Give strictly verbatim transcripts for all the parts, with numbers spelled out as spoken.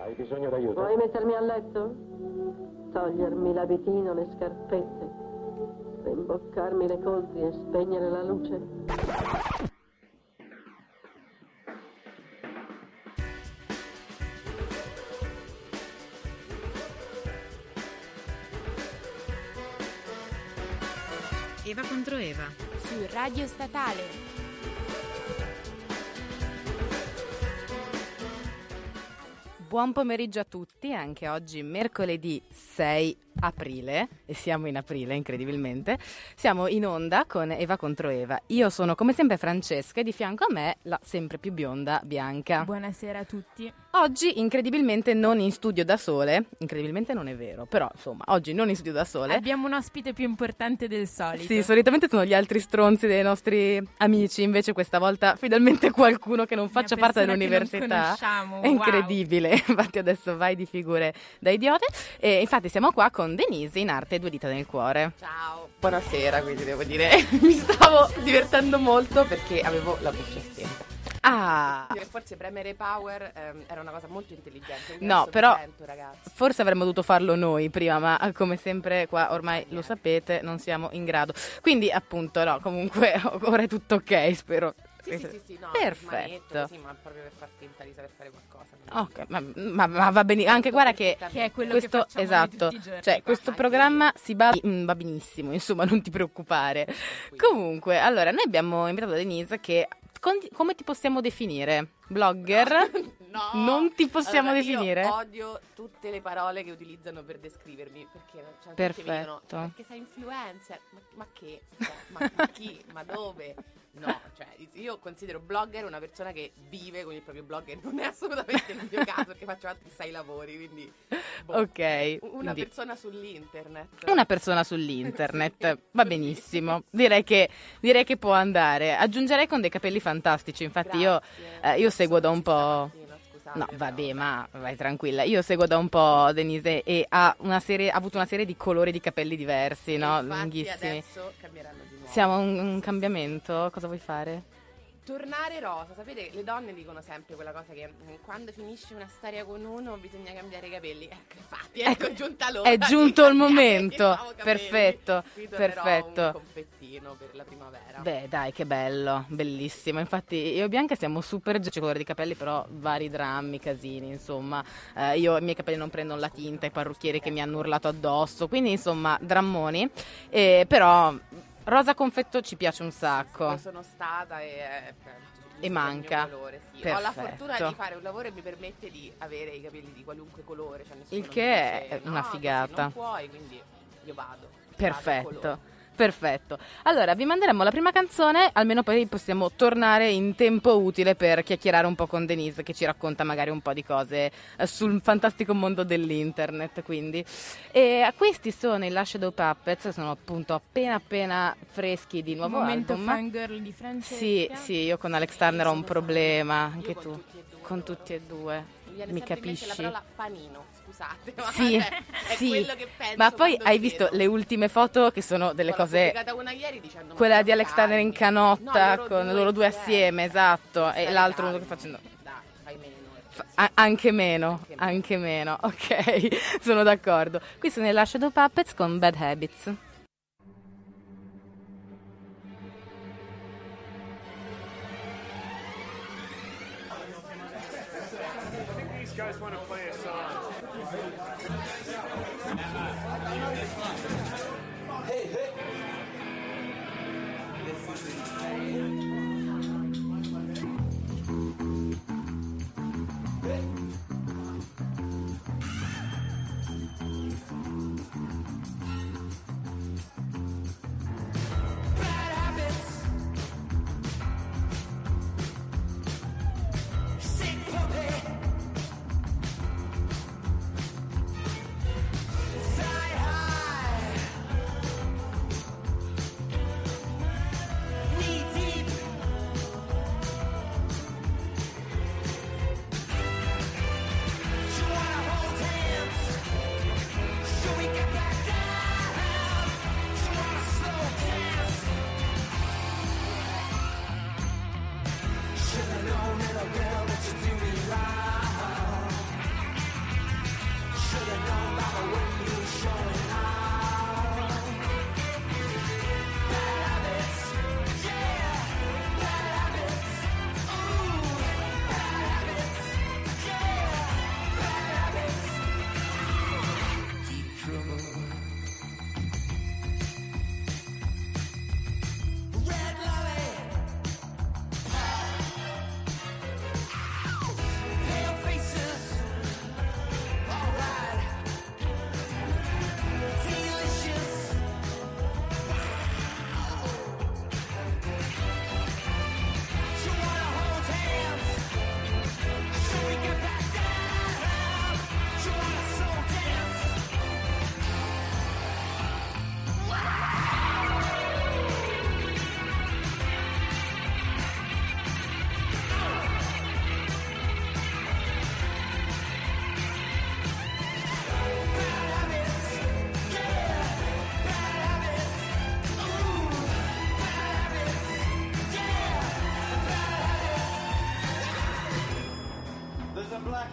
Hai bisogno d'aiuto? Vuoi mettermi a letto? Togliermi l'abitino, le scarpette, rimboccarmi le coltri e spegnere la luce? Eva contro Eva su Radio Statale. Buon pomeriggio a tutti, anche oggi mercoledì sei aprile, e siamo in aprile incredibilmente, siamo in onda con Eva contro Eva. Io sono come sempre Francesca e di fianco a me la sempre più bionda Bianca. Buonasera a tutti. Oggi incredibilmente non in studio da sole, incredibilmente non è vero, però insomma oggi non in studio da sole. Abbiamo un ospite più importante del solito. Sì, solitamente sono gli altri stronzi dei nostri amici, invece questa volta finalmente qualcuno che non faccia Una parte dell'università. Che non conosciamo. È incredibile, wow. Infatti adesso vai di figure da idiote. E infatti siamo qua con Denise in arte Due dita nel cuore. Ciao, buonasera, quindi devo dire mi stavo divertendo molto perché avevo la voce spenta. Ah, forse premere power ehm, era una cosa molto intelligente. No, però sento, forse avremmo dovuto farlo noi prima, ma come sempre qua ormai lo sapete, non siamo in grado. Quindi appunto no, comunque ora è tutto ok, spero. Sì, sì, sì, sì, no, perfetto. Così, ma proprio per far finta di saper fare qualcosa. Ok, ma, ma, ma va bene, anche guarda che, che è quello questo, che facciamo esatto, tutti i giorni. cioè questo programma si va, mm, va benissimo, insomma non ti preoccupare. Comunque, allora noi abbiamo invitato Denise che, con, come ti possiamo definire? Blogger? No, non ti possiamo allora, definire? Io odio tutte le parole che utilizzano per descrivermi, perché cioè, perfetto. Mi dicono, perché sei influencer, ma, ma che? Cioè, ma, ma chi? Ma dove? No, cioè io considero blogger una persona che vive con il proprio blog e non è assolutamente il mio caso perché faccio altri sei lavori, quindi boh. Ok. Una quindi, persona sull'internet. Una persona sull'internet, va benissimo. Direi che, direi che può andare. Aggiungerei con dei capelli fantastici, infatti io, eh, io seguo da un po'. No, vabbè, ma vai tranquilla. Io seguo da un po' Denise e ha, una serie, ha avuto una serie di colori di capelli diversi, no? Lunghissimi. Adesso cambieranno di nuovo. Siamo un, un cambiamento. Cosa vuoi fare? Tornare rosa. Sapete, le donne dicono sempre quella cosa che quando finisce una storia con uno bisogna cambiare i capelli. Ecco, infatti, ecco, è giunta l'ora. È giunto il momento. Perfetto, Qui perfetto. Un confettino per la primavera. Beh, dai, che bello, bellissimo. Infatti io e Bianca siamo super già colore di capelli, però vari drammi, casini, insomma. Eh, io i miei capelli non prendono la tinta, i parrucchieri che mi hanno urlato addosso, quindi insomma, drammoni. Eh, però rosa confetto ci piace un sacco. Ci sono stata e eh, e manca. Colore, sì. Perfetto. Ho la fortuna di fare un lavoro che mi permette di avere i capelli di qualunque colore, cioè il che è no, una figata. Non puoi, quindi io vado. Perfetto. Vado Perfetto. Allora, vi manderemo la prima canzone, almeno poi possiamo tornare in tempo utile per chiacchierare un po' con Denise, che ci racconta magari un po' di cose eh, sul fantastico mondo dell'internet, quindi. E questi sono i Last Shadow Puppets, sono appunto appena appena freschi di nuovo momento album. fangirl di Francesca. Sì, sì, io con Alex Turner ho un problema, anche con tu. Tutti e due, con tutti e due. Mi, Mi capisci? La parola panino, scusate, ma sì, è sì. quello che penso. Ma poi hai vedo. visto le ultime foto che sono delle L'ho cose. una ieri dicendo, quella di Alex Turner in canotta no, loro con due loro due insieme, assieme, esatto, stai e l'altro uno calmo. che facendo. Dai, fai meno. Fa- a- anche meno, anche meno, ok, sono d'accordo. Qui sono i Last Shadow Puppets con Bad Habits. Guys want to play a song. Hey, hey.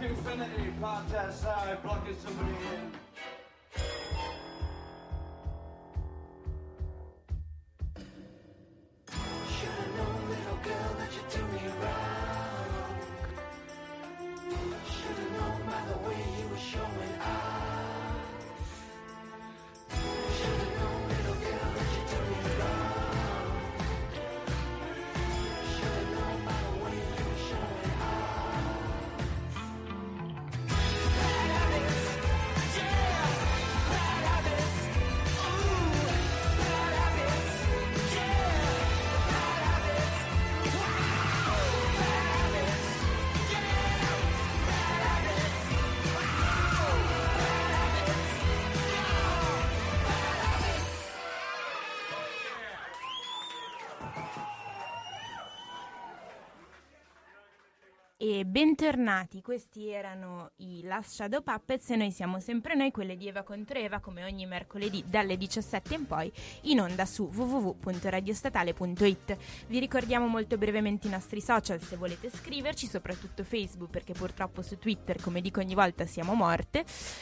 Infinity parked outside, blocking somebody in. Should've known, little girl, that you do me wrong. Should've known by the way you were showing off. Should've known, little girl, that you do me wrong. Should've known by the way you were showing off. Bad habits, yeah. Bad habits, ooh. Bad habits, yeah. Bad habits, wow. Bad habits, yeah. Bad habits, wow. Bad habits, yeah. Bad habits. E bentornati, questi erano i Last Shadow Puppets e noi siamo sempre noi, quelle di Eva contro Eva, come ogni mercoledì dalle diciassette in poi, in onda su w w w punto radiostatale punto i t. Vi ricordiamo molto brevemente i nostri social se volete scriverci, soprattutto Facebook, perché purtroppo su Twitter, come dico ogni volta, siamo morte,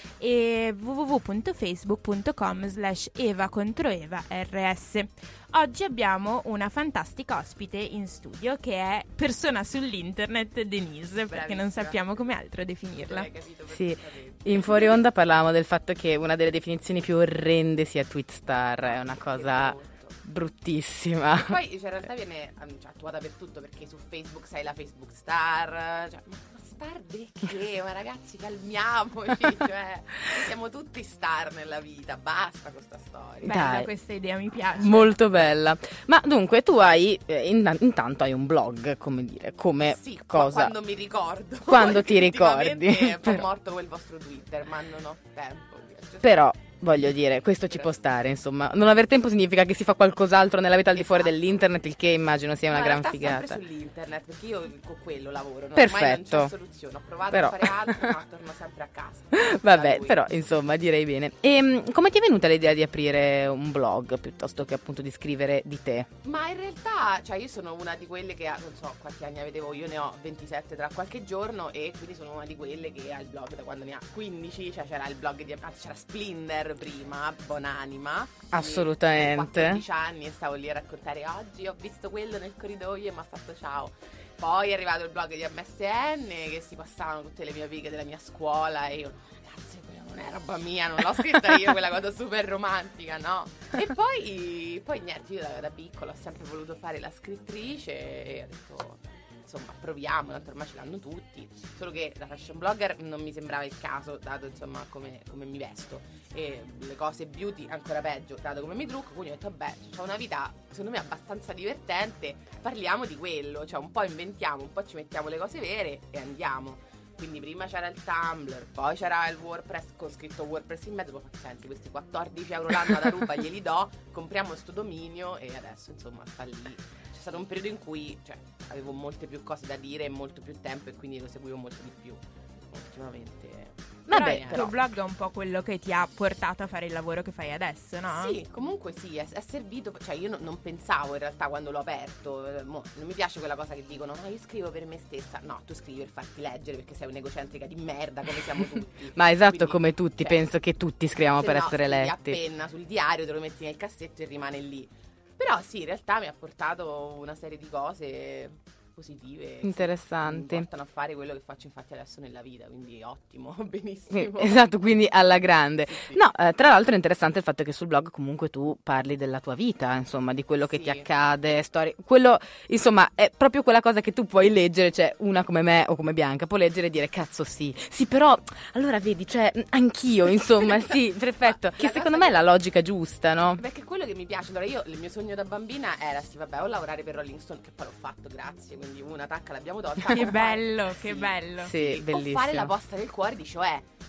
e w w w punto facebook punto com slash eva contro eva r s. Oggi abbiamo una fantastica ospite in studio che è persona sull'internet Denise, perché Bravissima. non sappiamo come altro definirla. L'hai capito Sì, perfettamente. in fuori onda parlavamo del fatto che una delle definizioni più orrende sia tweet star, è una cosa Che brutto. bruttissima. Poi cioè, in realtà viene um, cioè, attuata per tutto, perché su Facebook sei la Facebook star, cioè, ma star di che? Ma ragazzi, calmiamoci, cioè siamo tutti star nella vita, basta con sta storia. Bella Dai. questa idea, mi piace. Molto bella. Ma dunque tu hai eh, in- intanto hai un blog, come dire, come Sì, qua- cosa? quando mi ricordo. Quando ti Perché ultimamente ricordi. È un po' Però- morto quel vostro Twitter, ma non ho tempo. Però voglio dire, questo ci può stare, insomma. Non aver tempo significa che si fa qualcos'altro nella vita al di fuori Esatto. dell'internet, il che immagino sia una No, gran in realtà figata. sempre sull'internet, perché io con quello lavoro, no? Perfetto. Ormai non c'è soluzione, ho provato Però- a fare altro, ma torno sempre a casa. Vabbè, Da lui. però insomma direi bene. E come ti è venuta l'idea di aprire un blog piuttosto che appunto di scrivere di te? Ma in realtà, cioè io sono una di quelle che ha, non so quanti anni avevo, io ne ho ventisette tra qualche giorno, e quindi sono una di quelle che ha il blog da quando ne ha quindici, cioè c'era il blog di, anzi c'era Splinter prima, Bonanima. quindi Assolutamente. avevo quattordici anni e stavo lì a raccontare: oggi ho visto quello nel corridoio e mi ha fatto ciao. Poi è arrivato il blog di M S N, che si passavano tutte le mie amiche della mia scuola, e io, ragazzi, quella non è roba mia, non l'ho scritta io quella cosa super romantica, no? E poi, poi niente, io da, da piccola ho sempre voluto fare la scrittrice e ho detto, insomma, proviamo, tanto ormai ce l'hanno tutti. Solo che da fashion blogger non mi sembrava il caso, dato insomma come, come mi vesto, e le cose beauty ancora peggio, dato come mi trucco. Quindi ho detto, vabbè, c'ho una vita secondo me abbastanza divertente, parliamo di quello, cioè un po' inventiamo, un po' ci mettiamo le cose vere e andiamo. Quindi prima c'era il Tumblr, poi c'era il WordPress con scritto WordPress in mezzo. Poi ho fatto, senti, questi quattordici euro l'anno da ruba glieli do, compriamo sto dominio, e adesso insomma sta lì. C'è stato un periodo in cui, cioè, avevo molte più cose da dire e molto più tempo, e quindi lo seguivo molto di più. Ultimamente Però Vabbè, il tuo però- blog è un po' quello che ti ha portato a fare il lavoro che fai adesso, no? sì, comunque sì, è, è servito, cioè io no- non pensavo in realtà quando l'ho aperto, eh, mo, non mi piace quella cosa che dicono, ma io scrivo per me stessa. No, tu scrivi per farti leggere, perché sei un'egocentrica di merda come siamo tutti. Ma esatto, Quindi, come tutti, cioè, penso che tutti scriviamo se per no, essere scrivi letti. a penna sul diario, te lo metti nel cassetto e rimane lì. Però sì, in realtà mi ha portato una serie di cose positive, Interessanti. che mi portano a fare quello che faccio infatti adesso nella vita, quindi ottimo, Sì, benissimo. esatto, quindi alla grande. Sì, sì. No, eh, tra l'altro è interessante il fatto che sul blog comunque tu parli della tua vita, insomma, di quello che Sì. ti accade, storie. Quello, insomma, è proprio quella cosa che tu puoi leggere, cioè una come me o come Bianca può leggere e dire cazzo sì. Sì, però allora vedi, cioè mh, anch'io, insomma, sì, perfetto. Che la secondo cosa me è che- la logica giusta, no? Perché quello che mi piace, allora io, il mio sogno da bambina era sì, vabbè, o lavorare per Rolling Stone, che poi l'ho fatto, grazie, quindi una tacca l'abbiamo tolta. Che o bello, fare- che sì. bello. Sì, O bellissimo. fare la posta del cuore di Cioè,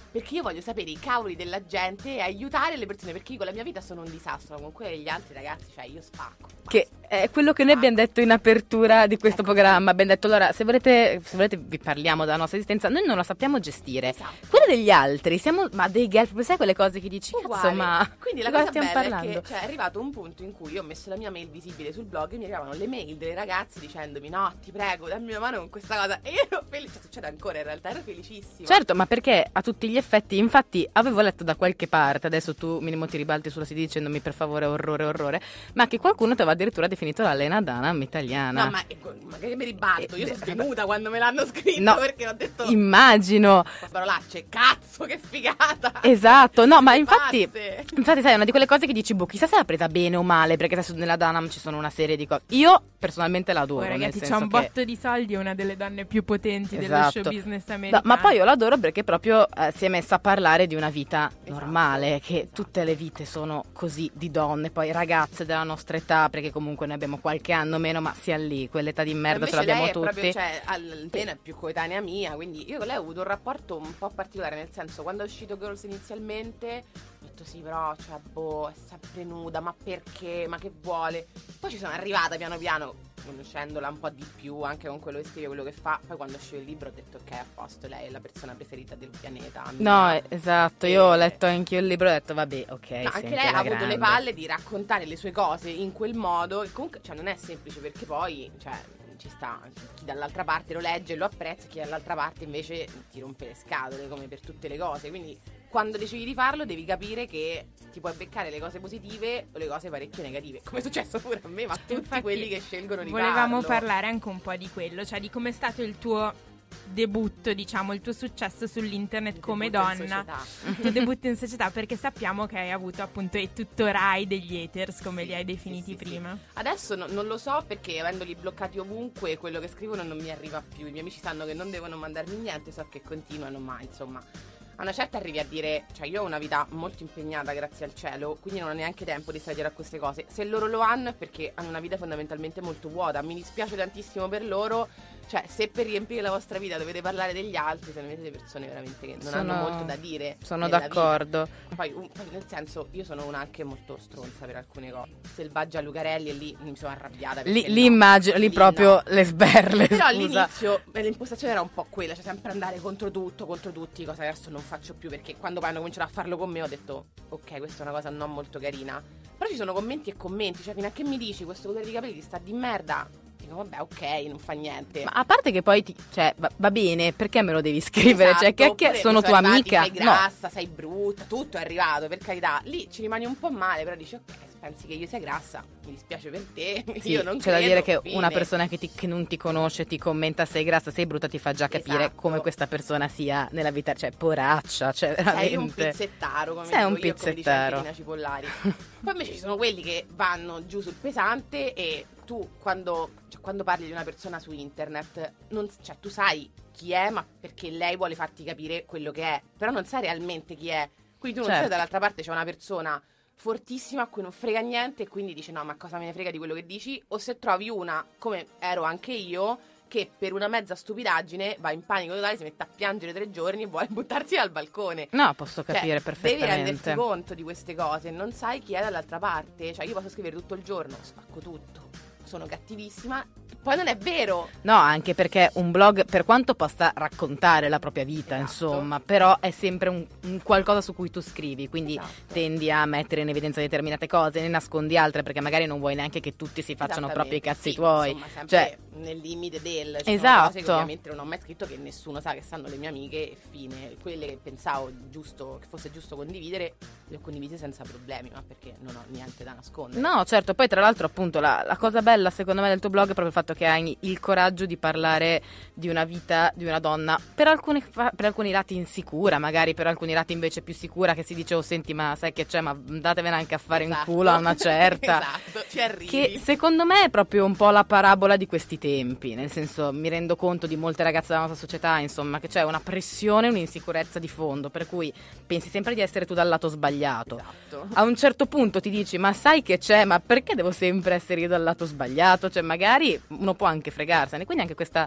perché io voglio sapere i cavoli della gente e aiutare le persone, perché io con la mia vita sono un disastro, ma con quella degli altri ragazzi, cioè io spacco. Che è quello che noi abbiamo detto in apertura di questo Ecco. programma. Abbiamo detto, allora, se volete, se volete vi parliamo della nostra esistenza, noi non la sappiamo gestire. Esatto. Quelle degli altri, siamo, ma dei girl, proprio sai quelle cose che dici, cazzo, Uguale. ma Quindi la di cosa cosa stiamo bella parlando? è che cioè, è arrivato un punto in cui io ho messo la mia mail visibile sul blog e mi arrivavano le mail delle ragazze dicendomi no, ti prego, dammi una mano con questa cosa, e io ero felice, cioè, succede ancora in realtà, ero felicissima. Certo, ma perché a tutti gli effetti, infatti avevo letto da qualche parte, adesso tu minimo ti ribalti sulla sedia dicendomi per favore orrore orrore, ma che qualcuno ti aveva addirittura definito la Lena Dunham italiana. No, ma, ma che mi ribalto, io Eh, sono svenuta quando me l'hanno scritto No, perché ho detto immagino. parolacce, cazzo che figata. Esatto, no, ma Che infatti, pazze. infatti sai, è una di quelle cose che dici, boh, chissà se l'ha presa bene o male, perché adesso nella Dunham ci sono una serie di cose. Io personalmente la adoro, Oh, nel ragazzi, c'ha senso un che... botto di soldi, è una delle donne più potenti dello Esatto. show business No, americano. ma poi io l'adoro perché proprio eh, si è messa a parlare di una vita normale, che esatto. tutte le vite sono così di donne, poi ragazze della nostra età, perché comunque noi abbiamo qualche anno meno, ma sia lì, quell'età di merda ce Invece l'abbiamo lei è tutti. proprio, cioè, almeno è più coetanea mia, quindi io con lei ho avuto un rapporto un po' particolare, nel senso, quando è uscito Girls inizialmente ho detto sì, però, cioè, boh, è sempre nuda, ma perché, ma che vuole? Poi ci sono arrivata piano piano, conoscendola un po' di più, anche con quello che scrive, quello che fa. Poi quando uscì il libro ho detto ok, a posto, lei è la persona preferita del pianeta No, mia. eh, esatto, E- io ho letto anch'io il libro e ho detto vabbè, ok, No, anche senti, lei ha la avuto grande. le palle di raccontare le sue cose in quel modo, e comunque, cioè, non è semplice, perché poi, cioè, ci sta chi dall'altra parte lo legge e lo apprezza, chi dall'altra parte invece ti rompe le scatole, come per tutte le cose. Quindi quando decidi di farlo devi capire che ti puoi beccare le cose positive o le cose parecchio negative, come è successo pure a me, ma a tutti Infatti, quelli che scelgono di volevamo farlo. parlare anche un po' di quello, cioè di come è stato il tuo debutto, diciamo, il tuo successo sull'internet Il come debutto in donna, società. il tuo debutto in società, perché sappiamo che hai avuto appunto e tuttora hai degli haters, come Sì, li hai sì, definiti sì, sì. prima. Adesso no- non lo so, perché avendoli bloccati ovunque, quello che scrivono non mi arriva più. I miei amici sanno che non devono mandarmi niente, so che continuano, ma insomma, a una certa arrivi a dire, cioè io ho una vita molto impegnata, grazie al cielo, quindi non ho neanche tempo di stare dietro a queste cose. Se loro lo hanno è perché hanno una vita fondamentalmente molto vuota. Mi dispiace tantissimo per loro. Cioè, se per riempire la vostra vita dovete parlare degli altri, sono delle persone veramente che non Sono- hanno molto da dire. Sono nella d'accordo. vita. Poi, un- poi, nel senso, io sono una anche molto stronza per alcune cose. Selvaggia Lucarelli, e lì mi sono arrabbiata. Lì, perché lì no. immagino, lì proprio no. le sberle, Però scusa. all'inizio eh, l'impostazione era un po' quella, cioè sempre andare contro tutto, contro tutti, cosa che adesso non faccio più, perché quando poi hanno cominciato a farlo con me ho detto ok, questa è una cosa non molto carina. Però ci sono commenti e commenti, cioè fino a che mi dici questo colore di capelli ti sta di merda, dico vabbè, ok, non fa niente. Ma a parte che poi, ti, cioè, va, va bene, perché me lo devi scrivere? Esatto, cioè, che, che oppure sono mi tua arrivati, amica? sei grassa, sei brutta, tutto è arrivato, per carità. Lì ci rimani un po' male, però dici ok, se pensi che io sia grassa, mi dispiace per te, Sì, io non c'è da credo, dire che fine. una persona che, ti- che non ti conosce ti commenta sei grassa, sei brutta, ti fa già capire Esatto. come questa persona sia nella vita, cioè poraccia, cioè Sei un veramente. pizzettaro, come Sei dico un io, come dice pizzettaro. Angelina Cipollari. Poi invece ci sono quelli che vanno giù sul pesante, e tu quando, cioè, quando parli di una persona su internet, non, cioè, tu sai chi è, ma perché lei vuole farti capire quello che è, però non sai realmente chi è. Quindi tu non Certo. sai dall'altra parte c'è una persona fortissima a cui non frega niente e quindi dici no, ma cosa me ne frega di quello che dici, o se trovi una, come ero anche io, che per una mezza stupidaggine va in panico totale, si mette a piangere tre giorni e vuole buttarsi dal balcone. No, posso Cioè, capire devi perfettamente. renderti conto di queste cose, non sai chi è dall'altra parte. Cioè io posso scrivere tutto il giorno, spacco tutto, sono cattivissima, poi non è vero. No, anche perché un blog, per quanto possa raccontare la propria vita, Esatto. insomma, però è sempre un, un qualcosa su cui tu scrivi, quindi Esatto. tendi a mettere in evidenza determinate cose, ne nascondi altre perché magari non vuoi neanche che tutti si facciano proprio i Esattamente, cazzi sì, tuoi. insomma, sempre Cioè, nel limite del, ci Esatto. sono cose che ovviamente non ho mai scritto, che nessuno sa che sanno le mie amiche, e fine. Quelle che pensavo giusto, che fosse giusto condividere, le ho condivise senza problemi, ma perché non ho niente da nascondere. no, certo, poi tra l'altro appunto la, la cosa bella secondo me del tuo blog è proprio il fatto che hai il coraggio di parlare di una vita di una donna per alcuni, fa- per alcuni lati insicura, magari per alcuni lati invece più sicura, che si dice oh senti ma sai che c'è, ma andatevene anche a fare Esatto. in culo a una certa. Esatto, ci arrivi. Che secondo me è proprio un po' la parabola di questi tempi, nel senso mi rendo conto di molte ragazze della nostra società, insomma, che c'è una pressione, un'insicurezza di fondo, per cui pensi sempre di essere tu dal lato sbagliato. Esatto. A un certo punto ti dici ma sai che c'è, ma perché devo sempre essere io dal lato sbagliato? Cioè magari uno può anche fregarsene, quindi anche questa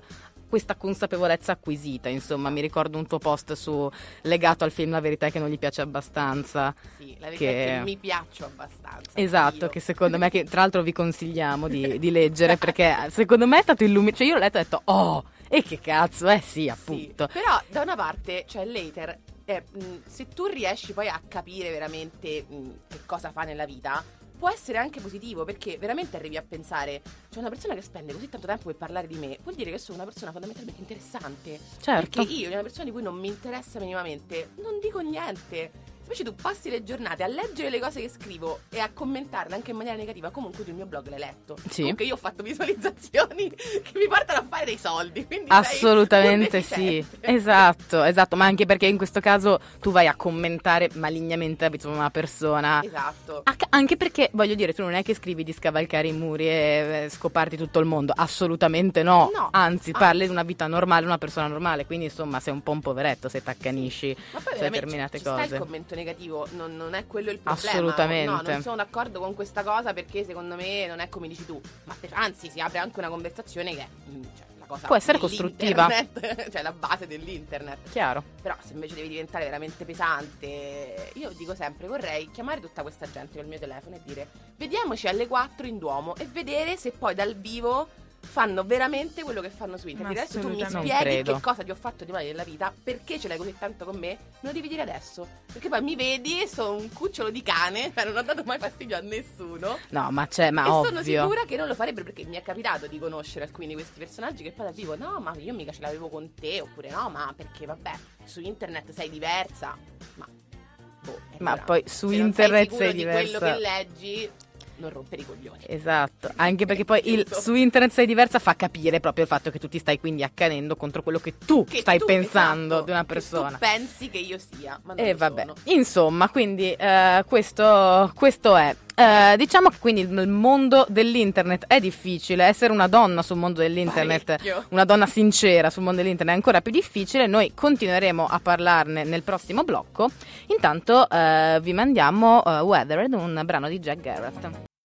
questa consapevolezza acquisita, insomma. Mi ricordo un tuo post su legato al film La verità è che non gli piace abbastanza. Sì, la verità che... è che mi piaccio abbastanza. Esatto, io. che secondo me, che tra l'altro vi consigliamo di, di leggere, perché secondo me è stato illuminato, cioè io l'ho letto e ho detto, oh, e che cazzo, eh sì, appunto. Sì, però da una parte, cioè Later, eh, mh, se tu riesci poi a capire veramente mh, che cosa fa nella vita, può essere anche positivo, perché veramente arrivi a pensare, c'è una persona che spende così tanto tempo per parlare di me, vuol dire che sono una persona fondamentalmente interessante. Certo. Perché io, una persona di cui non mi interessa minimamente, non dico niente. Invece tu passi le giornate a leggere le cose che scrivo e a commentarle anche in maniera negativa, comunque tu il mio blog l'hai letto. Sì. Comunque io ho fatto visualizzazioni che mi portano a fare dei soldi, quindi Assolutamente sei un sì, deficiente. esatto, esatto, ma anche perché in questo caso tu vai a commentare malignamente la vita di una persona. Esatto. Anche- Anche perché, voglio dire, tu non è che scrivi di scavalcare i muri e eh, scoparti tutto il mondo, assolutamente no, No, anzi parli anzi. di una vita normale, una persona normale, quindi insomma sei un po' un poveretto se t'accanisci Ma poi su veramente determinate ci sta cose. il commento negativo, non, non è quello il problema. Assolutamente. No, non sono d'accordo con questa cosa perché secondo me non è come dici tu. Ma per- anzi, si apre anche una conversazione che è mm, cioè, la cosa Può essere dell'internet, cioè la base dell'internet. Chiaro. Però se invece devi diventare veramente pesante, io dico sempre, vorrei chiamare tutta questa gente col mio telefono e dire vediamoci alle quatro in Duomo e vedere se poi dal vivo fanno veramente quello che fanno su internet. Ma Adesso tu mi assolutamente. Non spieghi credo. che cosa ti ho fatto di male nella vita, perché ce l'hai così tanto con me, me lo devi dire adesso. Perché poi mi vedi e sono un cucciolo di cane, cioè non ho dato mai fastidio a nessuno. No, ma c'è, ma e ovvio. sono sicura che non lo farebbero, perché mi è capitato di conoscere alcuni di questi personaggi che poi dal vivo no, ma io mica ce l'avevo con te, oppure no, ma perché vabbè, su internet sei diversa. Ma boh, e Ma allora, poi su se internet non sei, sei sicuro di quello diversa. che leggi, non rompere i coglioni. Esatto, anche perché poi il, Chiuso. su internet sei diversa fa capire proprio il fatto che tu ti stai quindi accanendo contro quello che tu Che stai tu, pensando esatto, di una che persona. tu pensi che io sia, ma non E lo vabbè, sono. insomma, quindi eh, questo, questo è. Eh, diciamo che quindi il mondo dell'internet è difficile, essere una donna sul mondo dell'internet, Parecchio. una donna sincera sul mondo dell'internet è ancora più difficile. Noi continueremo a parlarne nel prossimo blocco. Intanto eh, vi mandiamo eh, Weathered, un brano di Jack Garrett.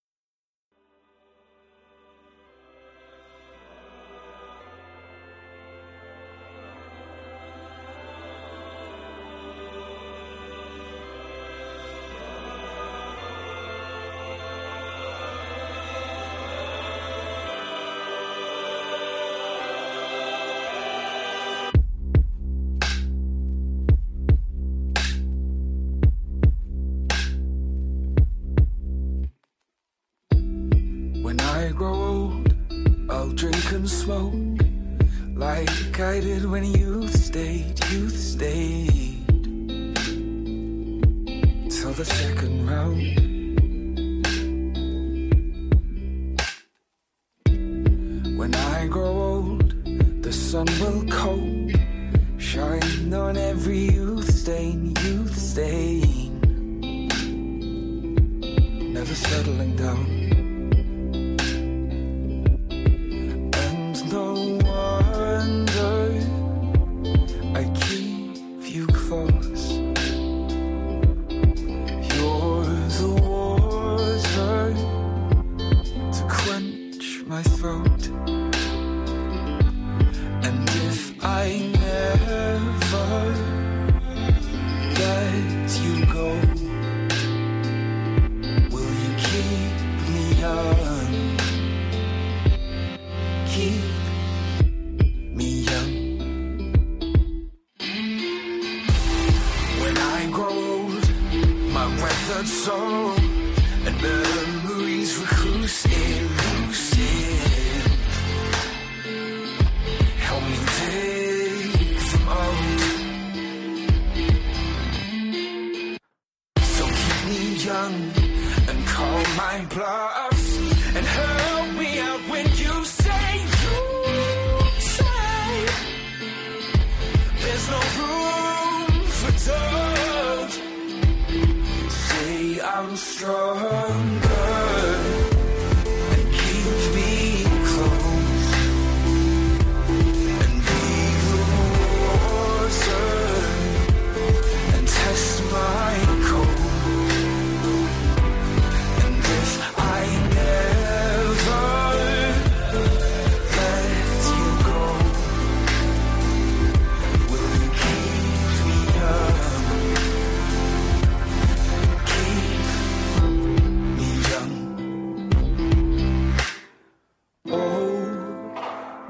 When I grow old, I'll drink and smoke like I did when youth stayed, youth stayed till the second round. When I grow old, the sun will cold, shine on every youth stain, youth stain, never settling down. No wonder I keep you close. You're the water to quench my throat. And if I never let you go, will you keep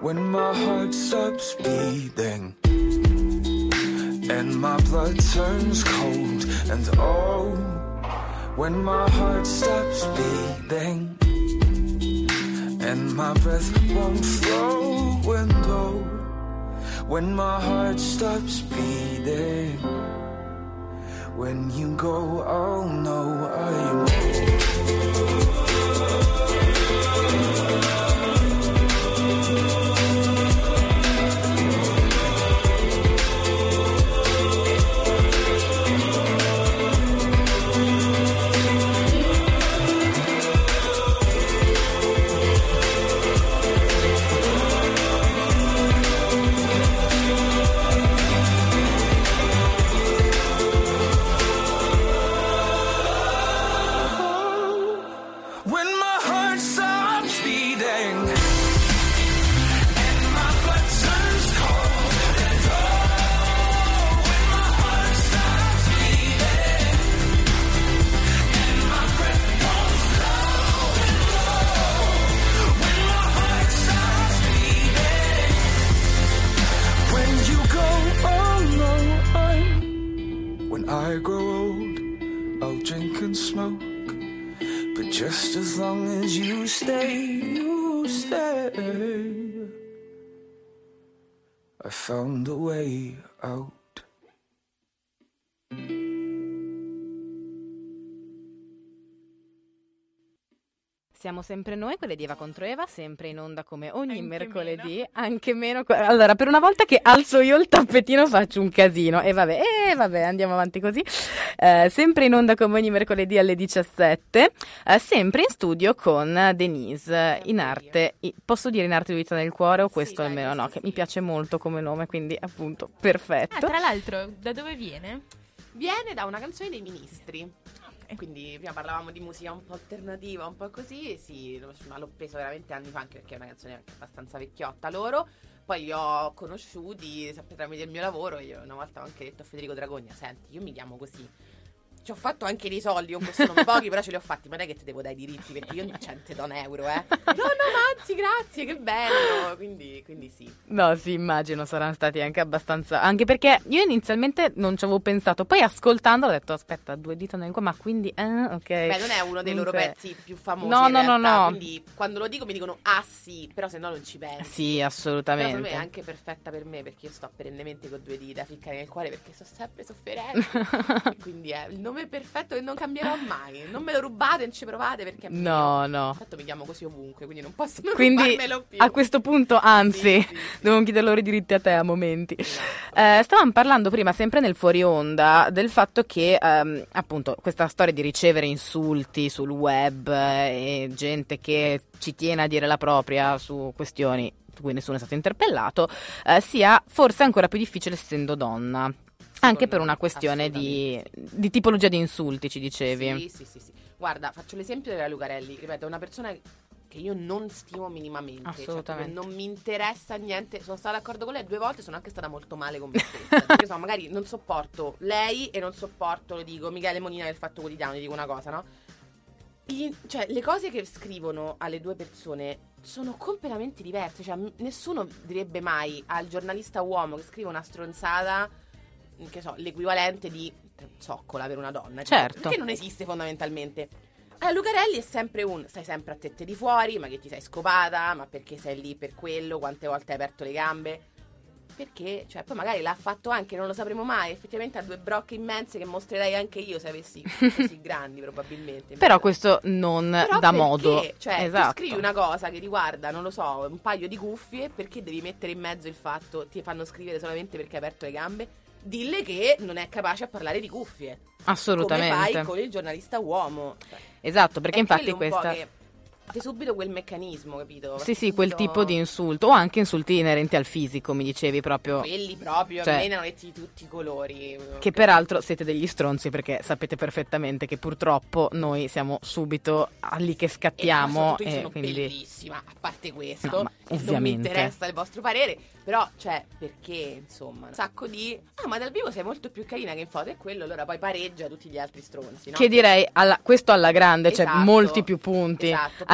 when my heart stops beating and my blood turns cold, and oh, when my heart stops beating and my breath won't flow, and oh, when my heart stops beating, when you go, I'll know I'm I grow old, I'll drink and smoke, but just as long as you stay, you stay. I found a way out. Siamo sempre noi, quelle di Eva contro Eva, sempre in onda come ogni Anche mercoledì, meno. anche meno. Allora, per una volta che alzo io il tappetino faccio un casino, e vabbè, e vabbè, andiamo avanti così. Eh, sempre in onda come ogni mercoledì alle diciassette, eh, sempre in studio con Denise, in arte, i- posso dire in arte di vita nel cuore o questo dai, almeno questo no, che sì. mi piace molto come nome, quindi appunto Ah, perfetto. tra l'altro, da dove viene? Viene da una canzone dei Ministri. Quindi prima parlavamo di musica un po' alternativa, un po' così, sì, l'ho, ma l'ho preso veramente anni fa, anche perché è una canzone anche abbastanza vecchiotta loro. Poi li ho conosciuti sempre tramite il mio lavoro. Io una volta ho anche detto a Federico Dragogna: senti, io mi chiamo così, ci ho fatto anche dei soldi con questo nome, pochi però ce li ho fatti, ma non è che ti devo dare i diritti, perché io non cento do un euro, eh. No, no, ma anzi, grazie, che bello. Quindi, quindi sì. No, sì, immagino saranno stati anche abbastanza. Anche perché io inizialmente non ci avevo pensato, poi ascoltando ho detto: aspetta, due dita nel cuore, ma quindi. Ah, ok. Beh, non è uno dei loro Comunque- pezzi più famosi. No, in no, no, realtà, no. Quindi quando lo dico mi dicono ah sì, però se no non ci pensi. Sì, Però assolutamente. per me è anche perfetta per me, perché io sto perennemente con due dita a ficcare nel cuore, perché sto sempre sofferente. E quindi è il nome perfetto che non cambierò mai. Non me lo rubate, non ci provate, perché è mio. No, no. Infatti mi chiamo così ovunque, quindi non posso non Quindi rubarmelo più. a questo punto, anzi, Sì, sì, sì. devo chiedere loro i diritti a te a momenti. Esatto. Eh, stavamo parlando prima, sempre nel fuori onda, del fatto che ehm, appunto questa storia di ricevere insulti sul web eh, e gente che ci tiene a dire la propria su questioni su cui nessuno è stato interpellato, eh, sia forse ancora più difficile essendo donna. Anche per una questione di, di tipologia di insulti, ci dicevi. Sì, sì, sì, sì. Guarda, faccio l'esempio della Lucarelli. Ripeto, è una persona che io non stimo minimamente. Assolutamente. Cioè, non mi interessa niente. Sono stata d'accordo con lei due volte, sono anche stata molto male con me stessa. Perché so, magari non sopporto lei e non sopporto, lo dico, Michele Monina del Fatto Quotidiano, gli dico una cosa, no? I- cioè, le cose che scrivono alle due persone sono completamente diverse. Cioè, m- nessuno direbbe mai al giornalista uomo che scrive una stronzata, che so, l'equivalente di zoccola per una donna. Cioè, Certo. Perché non esiste fondamentalmente. Allora, Lucarelli è sempre un stai sempre a tette di fuori, ma che ti sei scopata, ma perché sei lì per quello, quante volte hai aperto le gambe. Perché, cioè, poi magari l'ha fatto anche, non lo sapremo mai. Effettivamente ha due brocche immense che mostrerei anche io se avessi così grandi, probabilmente. Però questo non Però dà perché? modo. Cioè, esatto. tu scrivi una cosa che riguarda, non lo so, un paio di cuffie, perché devi mettere in mezzo il fatto ti fanno scrivere solamente perché hai aperto le gambe? Dille che non è capace a parlare di cuffie. Assolutamente. Come fai con il giornalista uomo. Cioè, Esatto, perché è infatti quello un po' questa. che parte subito quel meccanismo, capito? Sì, sì, Parte quel subito- tipo di insulto, o anche insulti inerenti al fisico, mi dicevi proprio. Quelli proprio, Cioè- a me ne hanno detti di tutti i colori. Che peraltro siete degli stronzi, perché sapete perfettamente che purtroppo noi siamo subito lì che E scattiamo. soprattutto io E sono quindi. bellissima, a parte questo, No, ma e non mi ovviamente. interessa il vostro parere, però, cioè, perché, insomma, un sacco di ah, ma dal vivo sei molto più carina che in foto, e quello allora poi pareggia tutti gli altri stronzi, no? Che direi alla- questo alla grande, cioè Esatto, molti più punti. esatto. A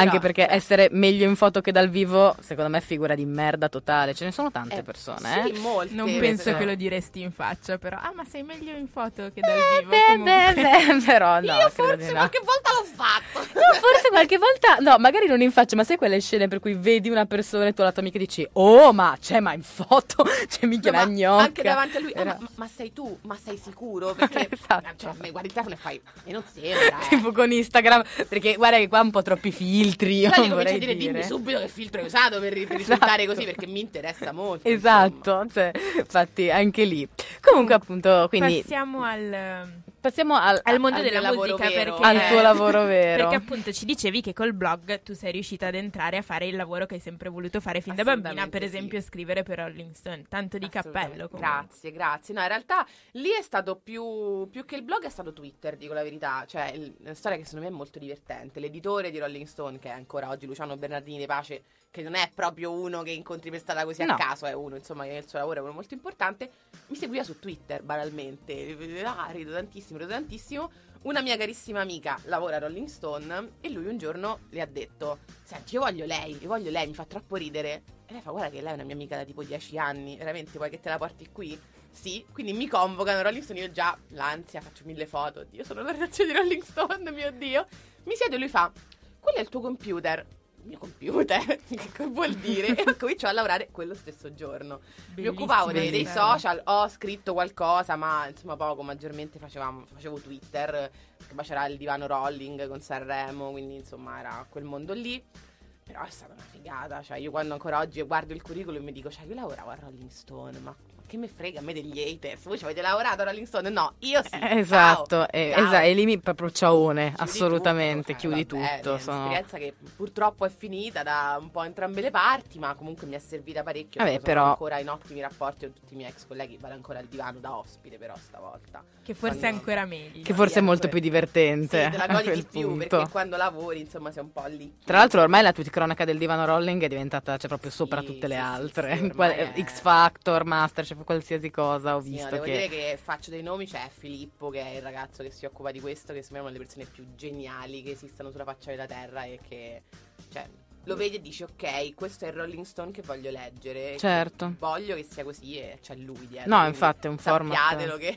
Anche Però, perché cioè- essere meglio in foto che dal vivo, secondo me è figura di merda totale. Ce ne sono tante Eh, persone, eh. sì, molte. Non penso però- che lo diresti in faccia, però. Ah, ma sei meglio in foto che dal vivo. Beh, comunque. beh, beh, però no, Io credo di forse no. qualche volta l'ho fatto. No, forse qualche volta, no, magari non in faccia, ma sai quelle scene per cui vedi una persona e tu alla tua amica dici, oh, ma c'è, ma in foto c'è mica No, la ma gnocca. anche davanti a lui, "Ah, Era- ma, ma sei tu? Ma sei sicuro? Perché Esatto. cioè, mi guardi il telefono e fai, e non sembra, eh. Tipo con Instagram, perché guarda che qua un po' troppi filtri, io Allora gli vorrei cominci a dire, dimmi subito che filtro hai usato per, per risultare Esatto. così, perché mi interessa molto. Esatto, cioè, infatti anche lì. Comunque appunto, quindi Passiamo al, passiamo al, al mondo al della mio lavoro musica. vero. Perché, al tuo lavoro vero. Perché appunto ci dicevi che col blog tu sei riuscita ad entrare a fare il lavoro che hai sempre voluto fare fin da bambina, Assolutamente per sì. esempio scrivere per Rolling Stone. Tanto di cappello comunque. Grazie, grazie. No, in realtà lì è stato più, più che il blog, è stato Twitter, dico la verità. Cioè, il- una storia che secondo me è molto divertente. L'editore di Rolling Stone, che è ancora oggi Luciano Bernardini De Pace, che non è proprio uno che incontri per strada così No. a caso, è uno, insomma, che nel suo lavoro è uno molto importante, mi seguiva su Twitter, banalmente. Ah, rido tantissimo, rido tantissimo. Una mia carissima amica lavora a Rolling Stone e lui un giorno le ha detto, senti, io voglio lei, io voglio lei, mi fa troppo ridere. E lei fa, guarda che lei è una mia amica da tipo dieci anni, veramente vuoi che te la porti qui? Sì, quindi mi convocano a Rolling Stone, io già l'ansia, faccio mille foto, oddio, sono la redazione di Rolling Stone, mio Dio. Mi siedo e lui fa, quello è il tuo computer. Il mio computer? Che vuol dire? E comincio a lavorare quello stesso giorno. Mi occupavo dei, dei Bellissimo. social, ho scritto qualcosa, ma insomma poco, maggiormente facevamo, facevo Twitter, perché poi c'era il divano Rolling con Sanremo, quindi insomma era quel mondo lì. Però è stata una figata, cioè io quando ancora oggi guardo il curriculum mi dico, cioè io lavoravo a Rolling Stone, ma che me frega a me degli haters? Voi ci avete lavorato a Rolling Stone? No, io sì. Eh, esatto, ciao, eh, ciao. esatto, e lì mi proprio ciaone, Chiudi assolutamente, tutto, chiudi cioè, vabbè, tutto. È sono- un'esperienza che purtroppo è finita da un po' entrambe le parti, ma comunque mi è servita parecchio. Vabbè, sono però- ancora in ottimi rapporti con tutti i miei ex colleghi, vado ancora al divano da ospite però stavolta. Che forse è Quando- ancora meglio. Che forse è molto ecco, più divertente Sì, te la a godi quel di più, punto. perché quando lavori insomma sei un po' lì. Tra l'altro ormai la tweet cronaca del divano Rolling è diventata, cioè, proprio sopra Sì, tutte le sì, sì, altre. sì, ormai Qual- è- X Factor, Masterchef, qualsiasi cosa ho Sì, no, visto devo che... dire che faccio dei nomi, c'è Filippo che è il ragazzo che si occupa di questo, che secondo me è una delle persone più geniali che esistano sulla faccia della terra e che, cioè, lo vedi e dici ok, questo è il Rolling Stone che voglio leggere, Certo. che voglio che sia così e c'è lui dietro. No, quindi infatti è un format- sappiatelo che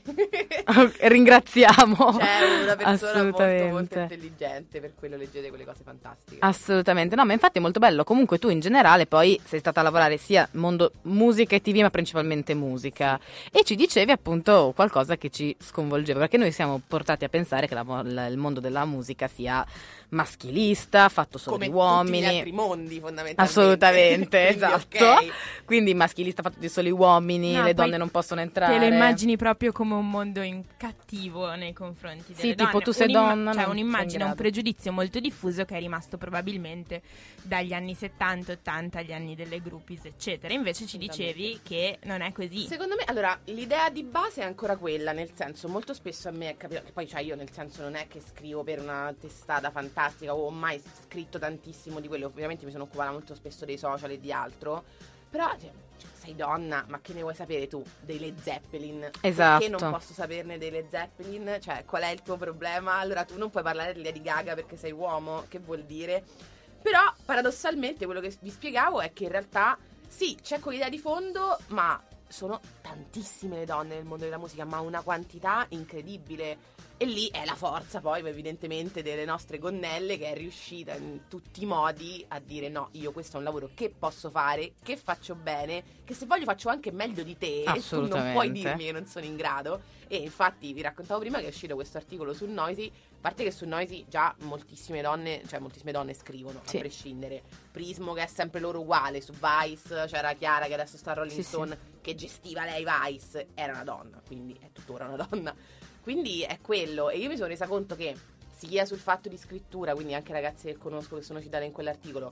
Ringraziamo. c'è una persona molto, molto Assolutamente. intelligente, per quello leggete quelle cose fantastiche. Assolutamente, no, ma infatti è molto bello. Comunque tu in generale poi sei stata a lavorare sia mondo musica e tivù, ma principalmente musica. E ci dicevi appunto qualcosa che ci sconvolgeva, perché noi siamo portati a pensare che la mo- la- il mondo della musica sia maschilista, fatto solo Come di tutti uomini. gli altri mondi fondamentalmente. Assolutamente, Quindi, esatto. ok. Quindi maschilista fatto di soli uomini, No, le poi donne non possono entrare. Te lo immagini proprio come un mondo in cattivo nei confronti delle Sì, donne. tipo tu sei Un'imma- donna, Cioè non un'immagine, sei in un grado. pregiudizio molto diffuso che è rimasto probabilmente dagli anni settanta, ottanta agli anni delle groupies, eccetera. Invece ci dicevi che non è così. Secondo me, allora, l'idea di base è ancora quella, nel senso, molto spesso a me è capitato, che poi cioè io nel senso non è che scrivo per una testata fantastica o ho mai scritto tantissimo di quello, ovviamente mi sono occupata molto spesso dei social e di altro, però cioè, sei donna, ma che ne vuoi sapere tu dei Led Zeppelin? Esatto. Perché non posso saperne dei Led Zeppelin? Cioè, qual è il tuo problema? Allora tu non puoi parlare di Lady Gaga perché sei uomo, che vuol dire? Però, paradossalmente, quello che vi spiegavo è che in realtà, sì, c'è quell'idea di fondo, ma sono tantissime le donne nel mondo della musica, ma una quantità incredibile. E lì è la forza poi evidentemente delle nostre gonnelle, che è riuscita in tutti i modi a dire no, io questo è un lavoro che posso fare, che faccio bene, che se voglio faccio anche meglio di te, e tu non Assolutamente. puoi dirmi che non sono in grado. E infatti vi raccontavo prima che è uscito questo articolo su Noisy, a parte che su Noisy già moltissime donne, cioè moltissime donne scrivono, Sì. a prescindere. Prismo, che è sempre loro uguale, su Vice c'era Chiara che adesso sta a Rolling Sì, Stone, che gestiva lei Vice, era una donna, quindi è tuttora una donna. Quindi è quello, e io mi sono resa conto che sia sul fatto di scrittura, quindi anche ragazzi che conosco che sono citate in quell'articolo,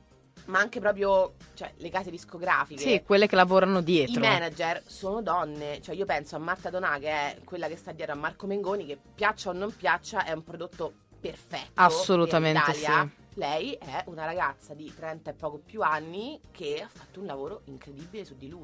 ma anche proprio, cioè, le case discografiche. Sì, quelle che lavorano I dietro. manager sono donne, cioè io penso a Marta Donà, che è quella che sta dietro a Marco Mengoni, che piaccia o non piaccia è un prodotto perfetto. Assolutamente per l'Italia. sì. Lei è una ragazza di trenta e poco più anni che ha fatto un lavoro incredibile su di lui.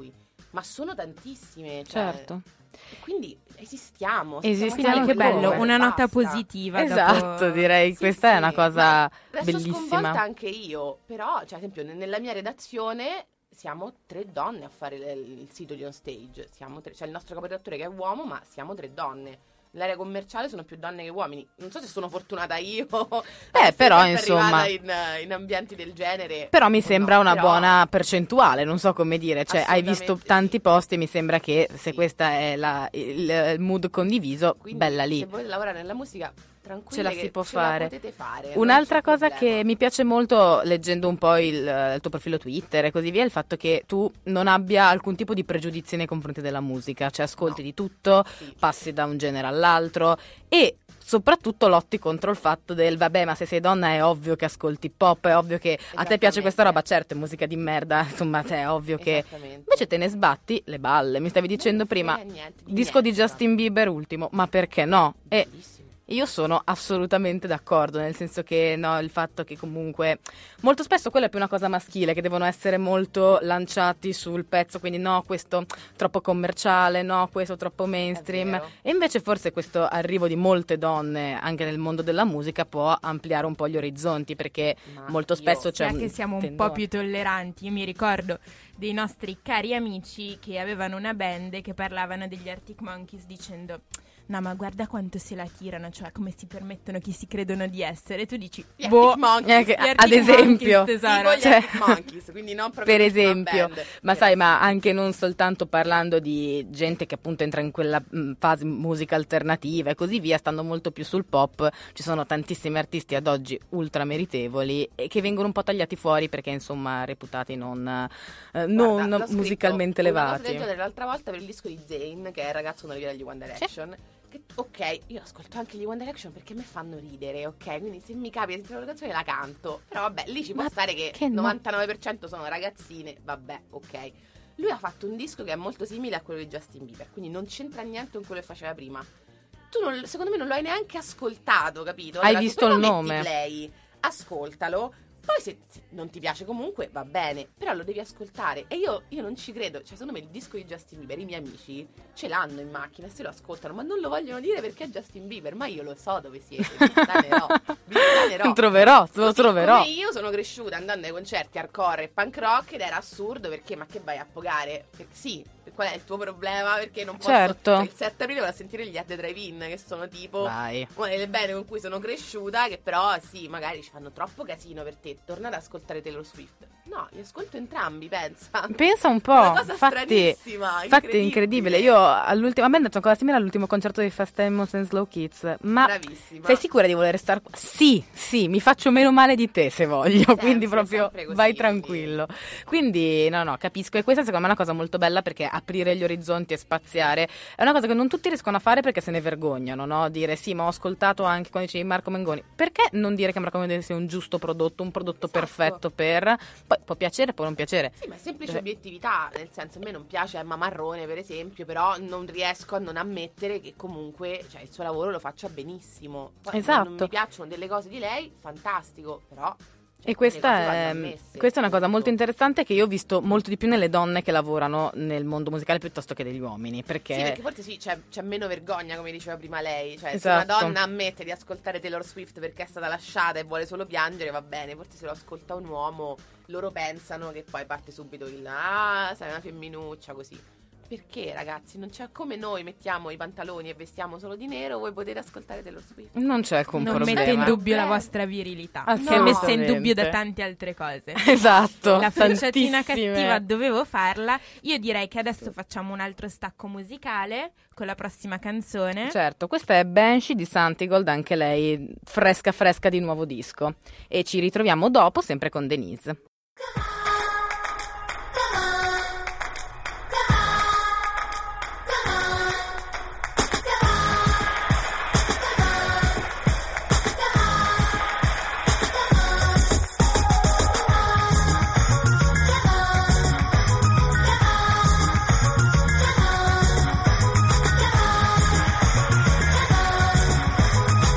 ma sono tantissime. Cioè, Certo. quindi esistiamo. Esistiamo, Quindi che bello, come? una nota Basta. positiva. Esatto, dopo... direi Sì, questa sì, è una cosa ma resto bellissima. sconvolta anche io, però, cioè, ad esempio, nella mia redazione siamo tre donne a fare il, il sito di On Stage. Siamo tre, c'è il nostro caporedattore che è uomo, ma siamo tre donne. Nell'area commerciale sono più donne che uomini. Non so se sono fortunata io. Eh, però, sempre insomma- arrivata in, in ambienti del genere. Però mi o sembra no, una però- buona percentuale, non so come dire, cioè hai visto Assolutamente tanti sì. posti e mi sembra che se Sì. questa è la- il, il mood condiviso, Quindi, bella lì. se volete lavorare nella musica, tranquilli, Ce la che si può ce la fare. potete fare. Un'altra non c'è cosa problema. che mi piace molto leggendo un po' il, il tuo profilo Twitter e così via è il fatto che tu non abbia alcun tipo di pregiudizi nei confronti della musica, cioè ascolti No. di tutto, Sì. passi da un genere all'altro e soprattutto lotti contro il fatto del vabbè, ma se sei donna è ovvio che ascolti pop, è ovvio che a te piace questa roba, certo è musica di merda, insomma te è ovvio che Esattamente. invece te ne sbatti le balle. Mi stavi dicendo Non prima frega niente di disco di niente. Justin Bieber ultimo, ma perché no? E Bellissimo. io sono assolutamente d'accordo, nel senso che no, il fatto che comunque molto spesso quella è più una cosa maschile, che devono essere molto lanciati sul pezzo, quindi no, questo troppo commerciale, no, questo troppo mainstream. vero. E invece forse questo arrivo di molte donne anche nel mondo della musica può ampliare un po' gli orizzonti, perché Ma molto io- spesso c'è Sia un che siamo un tendone. po' più tolleranti. Io mi ricordo dei nostri cari amici che avevano una band e che parlavano degli Arctic Monkeys dicendo no ma guarda quanto se la tirano, cioè come si permettono, chi si credono di essere, e tu dici Gli boh, Arctic Monkeys, Eh, che- gli Arctic ad esempio. Monkeys, tesoro. Tipo gli Cioè- Arctic Monkeys, quindi non proprio Per tutta una esempio, band. ma Eh, sai, sì. ma anche non soltanto parlando di gente che appunto entra in quella mh, fase musica alternativa e così via, stando molto più sul pop, ci sono tantissimi artisti ad oggi ultra meritevoli e che vengono un po' tagliati fuori perché insomma reputati non, eh, non Guarda, l'ho scritto musicalmente una cosa levati. del genere l'altra volta per il disco di Zayn, che è il ragazzo con la via degli One Direction. Che, ok, io ascolto anche gli One Direction perché mi fanno ridere, ok? Quindi se mi capita di sentire una canzone la canto. Però vabbè, lì ci può Ma stare che, che il no? novantanove per cento sono ragazzine, vabbè, ok. Lui ha fatto un disco che è molto simile a quello di Justin Bieber, quindi non c'entra niente con quello che faceva prima. Tu non- secondo me non lo hai neanche ascoltato, capito? Hai Allora, visto se poi il lo nome? metti play, ascoltalo. Poi se, se non ti piace comunque va bene, però lo devi ascoltare. E io, io non ci credo, cioè secondo me il disco di Justin Bieber, i miei amici ce l'hanno in macchina e se lo ascoltano, ma non lo vogliono dire perché è Justin Bieber, ma io lo so dove siete, vi stanerò, vi stanerò. Troverò, lo Così troverò. come io sono cresciuta andando ai concerti hardcore e punk rock ed era assurdo perché ma che vai a pagare? Perché sì, qual è il tuo problema? Perché non posso, Certo. cioè, il sette aprile vado a sentire gli At The Drive-In che sono tipo Vai. una delle band con cui sono cresciuta, che però sì, magari ci fanno troppo casino per te. Torna ad ascoltare Taylor Swift. No, li ascolto entrambi, pensa. Pensa un po', Una cosa infatti, stranissima, infatti è incredibile. Io all'ultimo, a me è andato ancora simile all'ultimo concerto di Fast Times and Slow Kids, ma Bravissima. sei sicura di voler stare qua? Sì, sì, mi faccio meno male di te se voglio, Sempre, quindi proprio sempre così, vai quindi- tranquillo. Quindi no, no, capisco, e questa secondo me è una cosa molto bella perché aprire gli orizzonti e spaziare è una cosa che non tutti riescono a fare perché se ne vergognano, no? Dire sì, ma ho ascoltato anche quando dicevi Marco Mengoni. Perché non dire che Marco Mengoni sia un giusto prodotto, un prodotto Esatto. perfetto per... Poi può piacere, può non piacere. Sì, ma è semplice Cioè- obiettività, nel senso a me non piace Emma Marrone per esempio, però non riesco a non ammettere che comunque cioè, il suo lavoro lo faccia benissimo. Poi Esatto. non mi piacciono delle cose di lei, fantastico, però... cioè, E questa le cose vanno è, ammesse, questa è una cosa molto punto. interessante che io ho visto molto di più nelle donne che lavorano nel mondo musicale piuttosto che degli uomini, perché, Sì, perché forse sì, c'è, c'è meno vergogna, come diceva prima lei. Cioè, Esatto. se una donna ammette di ascoltare Taylor Swift perché è stata lasciata e vuole solo piangere, va bene. Forse se lo ascolta un uomo, loro pensano che poi parte subito il ah, sei una femminuccia, così. Perché, ragazzi, non c'è come noi mettiamo i pantaloni e vestiamo solo di nero, voi potete ascoltare Taylor Swift. non c'è alcun Non problema. mette in dubbio la Eh. vostra virilità, che è Assolutamente. messa in dubbio da tante altre cose. Esatto, La frecciatina tantissime. cattiva dovevo farla. Io direi che adesso facciamo un altro stacco musicale con la prossima canzone. Certo, questa è Banshee di Santigold, anche lei fresca fresca di nuovo disco. E ci ritroviamo dopo, sempre con Denise.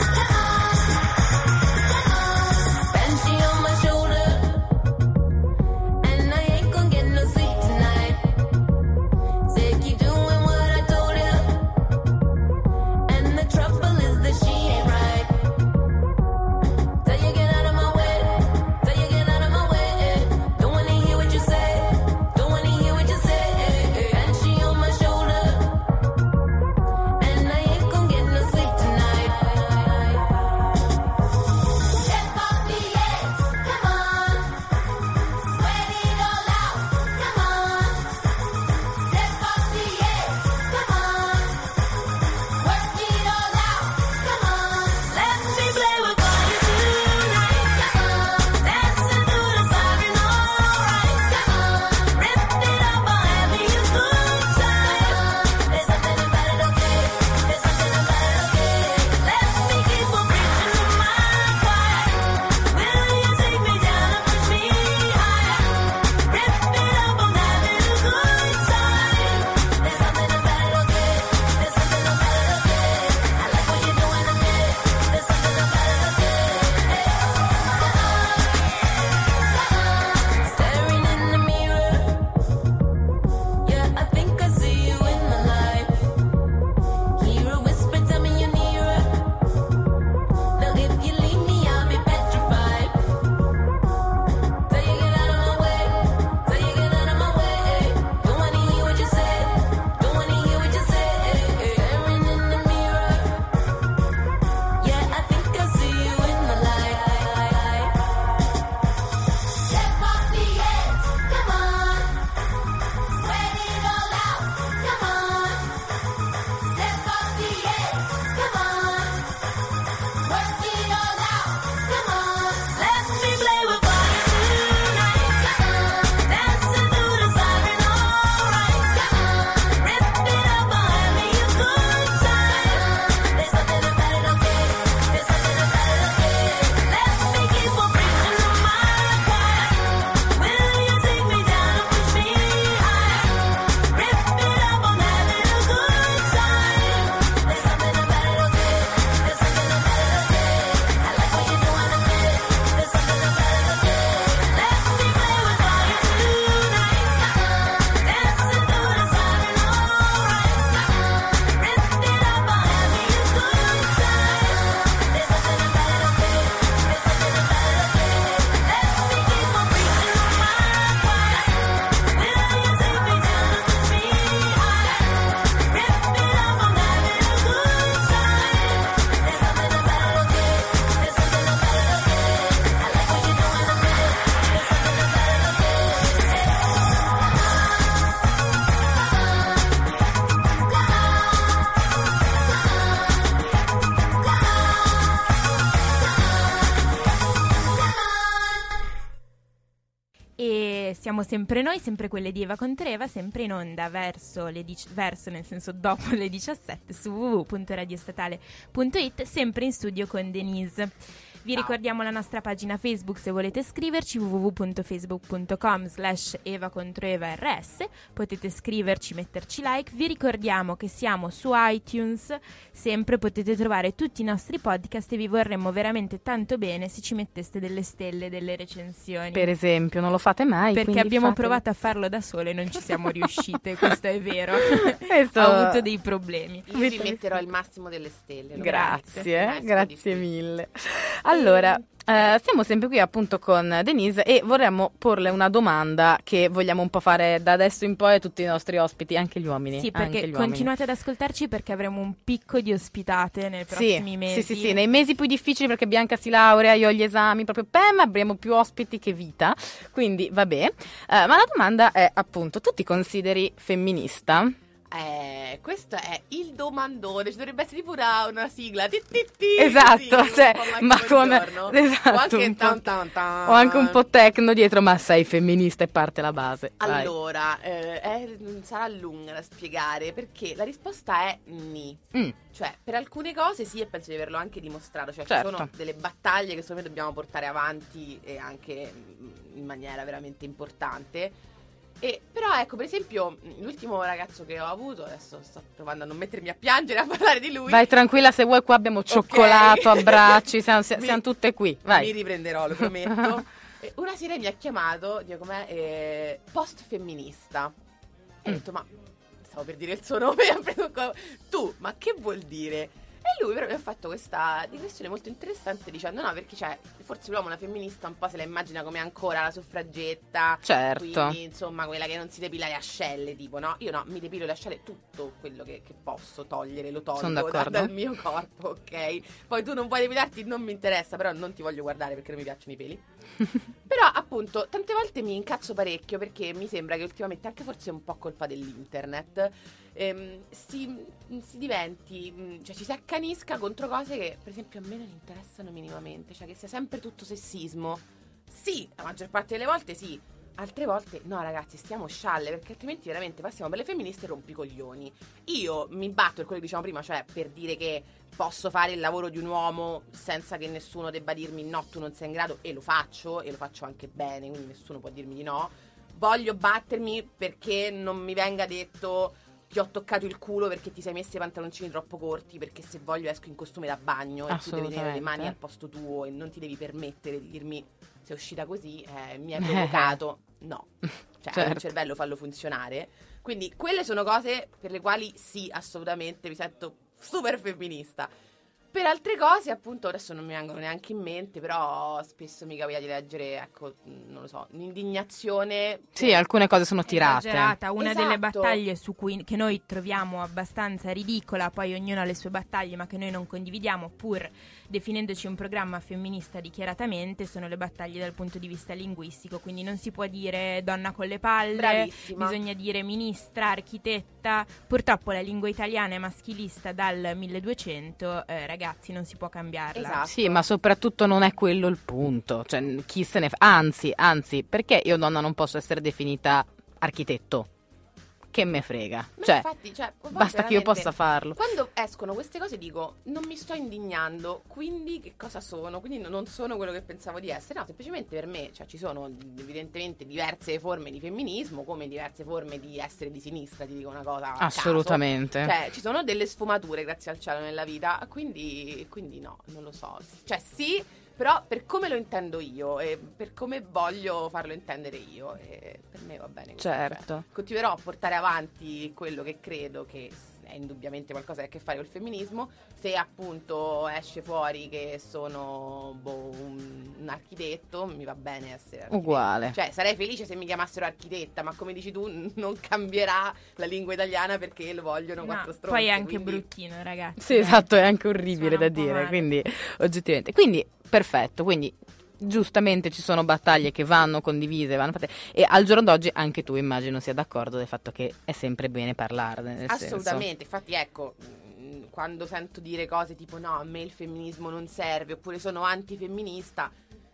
Banshee on my shoulder, siamo sempre noi, sempre quelle di Eva contro Eva, sempre in onda verso, le dic- verso nel senso dopo le diciassette su w w w punto radiostatale punto it, sempre in studio con Denise. Vi ricordiamo la nostra pagina Facebook se volete scriverci, w w w punto facebook punto com slash eva contro eva r s, potete scriverci, metterci like. Vi ricordiamo che siamo su iTunes, sempre potete trovare tutti i nostri podcast e vi vorremmo veramente tanto bene se ci metteste delle stelle, delle recensioni. Per esempio, non lo fate mai. Perché abbiamo fatelo. provato a farlo da sole e non ci siamo riuscite, questo è vero. Questo- Ho avuto dei problemi. Io vi metterò il massimo delle stelle. lo Grazie, prometto. eh, grazie mille. Allora, eh, siamo sempre qui appunto con Denise e vorremmo porle una domanda che vogliamo un po' fare da adesso in poi a tutti i nostri ospiti, anche gli uomini. Sì, anche perché gli uomini. continuate ad ascoltarci perché avremo un picco di ospitate nei prossimi Sì, mesi. sì, sì, sì, nei mesi più difficili perché Bianca si laurea, io ho gli esami, proprio beh, ma avremo più ospiti che vita, quindi vabbè. Eh, ma la domanda è appunto, tu ti consideri femminista? Eh, questo è il domandone, ci dovrebbe essere tipo una, una sigla. Ti, ti, ti, Esatto, sì, cioè, un po' ma Michael come Buongiorno. esatto, o anche un po', tan, tan, tan. o anche un po' tecno dietro, ma sei femminista e parte la base. Vai. Allora, eh, è- sarà lunga da spiegare perché la risposta è ni. Mm. Cioè, per alcune cose sì, e penso di averlo anche dimostrato. Cioè, Certo. ci sono delle battaglie che secondo me dobbiamo portare avanti e anche mm, in maniera veramente importante. E, però ecco, per esempio, l'ultimo ragazzo che ho avuto, adesso sto provando a non mettermi a piangere a parlare di lui. Vai tranquilla, se vuoi qua abbiamo cioccolato, abbracci, siamo, Mi- siamo tutte qui, vai. Mi riprenderò, lo prometto. E una sera mi ha chiamato, Dio com'è, eh, post femminista. E ho Mm. detto, ma stavo per dire il suo nome, ha preso co- tu, ma che vuol dire? E lui però mi ha fatto questa digressione molto interessante dicendo no, perché cioè, forse l'uomo, una femminista, un po' se la immagina come ancora la suffragetta. Certo. Quindi, insomma, quella che non si depila le ascelle, tipo, no? Io no, mi depilo le ascelle, tutto quello che, che posso togliere, lo Sono tolgo da- d'accordo. dal mio corpo, ok? Poi tu non vuoi depilarti, non mi interessa, però non ti voglio guardare perché non mi piacciono i peli. Però, appunto, tante volte mi incazzo parecchio perché mi sembra che ultimamente, anche forse un po' colpa dell'internet, ehm, si, si diventi, mh, cioè ci si accanisca contro cose che, per esempio, a me non interessano minimamente, cioè che sia sempre tutto sessismo. Sì, la maggior parte delle volte sì. Altre volte no, ragazzi, stiamo scialle, perché altrimenti veramente passiamo per le femministe e rompicoglioni. Io mi batto per quello che dicevamo prima, cioè per dire che posso fare il lavoro di un uomo senza che nessuno debba dirmi no, tu non sei in grado, e lo faccio, e lo faccio anche bene, quindi nessuno può dirmi di no. Voglio battermi perché non mi venga detto ti ho toccato il culo perché ti sei messo i pantaloncini troppo corti, perché se voglio esco in costume da bagno e tu devi tenere le mani al posto tuo e non ti devi permettere di dirmi sei uscita così, eh, mi hai provocato. No, cioè Certo. il cervello fallo funzionare. Quindi quelle sono cose per le quali sì, assolutamente mi sento super femminista. Per altre cose, appunto, adesso non mi vengono neanche in mente, però spesso mi capita di leggere, ecco, non lo so, un'indignazione. Sì, alcune cose sono tirate. Esagerata, una Esatto. delle battaglie su cui, che noi troviamo abbastanza ridicola, poi ognuno ha le sue battaglie ma che noi non condividiamo, pur definendoci un programma femminista dichiaratamente, sono le battaglie dal punto di vista linguistico, quindi non si può dire donna con le palle, Bravissima. bisogna dire ministra, architetta. Purtroppo la lingua italiana è maschilista dal milleduecento, eh, ragazzi, non si può cambiarla. Esatto. Sì, ma soprattutto non è quello il punto. Cioè, chi se ne fa. Anzi, anzi, perché io donna non posso essere definita architetto? Che me frega. Ma Cioè, infatti, cioè, a volte basta che io veramente, possa farlo. Quando escono queste cose dico, non mi sto indignando, quindi che cosa sono? Quindi no- non sono quello che pensavo di essere. No, semplicemente per me, cioè ci sono evidentemente diverse forme di femminismo, come diverse forme di essere di sinistra, ti dico una cosa a caso. Assolutamente. Cioè, ci sono delle sfumature, grazie al cielo, nella vita, quindi, quindi no, non lo so. Cioè sì, però per come lo intendo io e per come voglio farlo intendere io, e per me va bene così. Certo. Cioè, continuerò a portare avanti quello che credo che è indubbiamente qualcosa che ha a che fare col femminismo. Se appunto esce fuori che sono boh, un, un architetto, mi va bene essere architetto. Uguale. Cioè sarei felice se mi chiamassero architetta, ma come dici tu n- non cambierà la lingua italiana perché lo vogliono No, quattro stronze. poi è anche quindi- bruttino, ragazzi. Sì, eh. esatto, è anche orribile Suona da un po' dire, male. quindi oggettivamente. Quindi, perfetto, quindi giustamente ci sono battaglie che vanno condivise, vanno fatte, e al giorno d'oggi anche tu immagino sia d'accordo del fatto che è sempre bene parlarne, nel senso. Assolutamente, infatti ecco, mh, quando sento dire cose tipo no, a me il femminismo non serve, oppure sono antifemminista,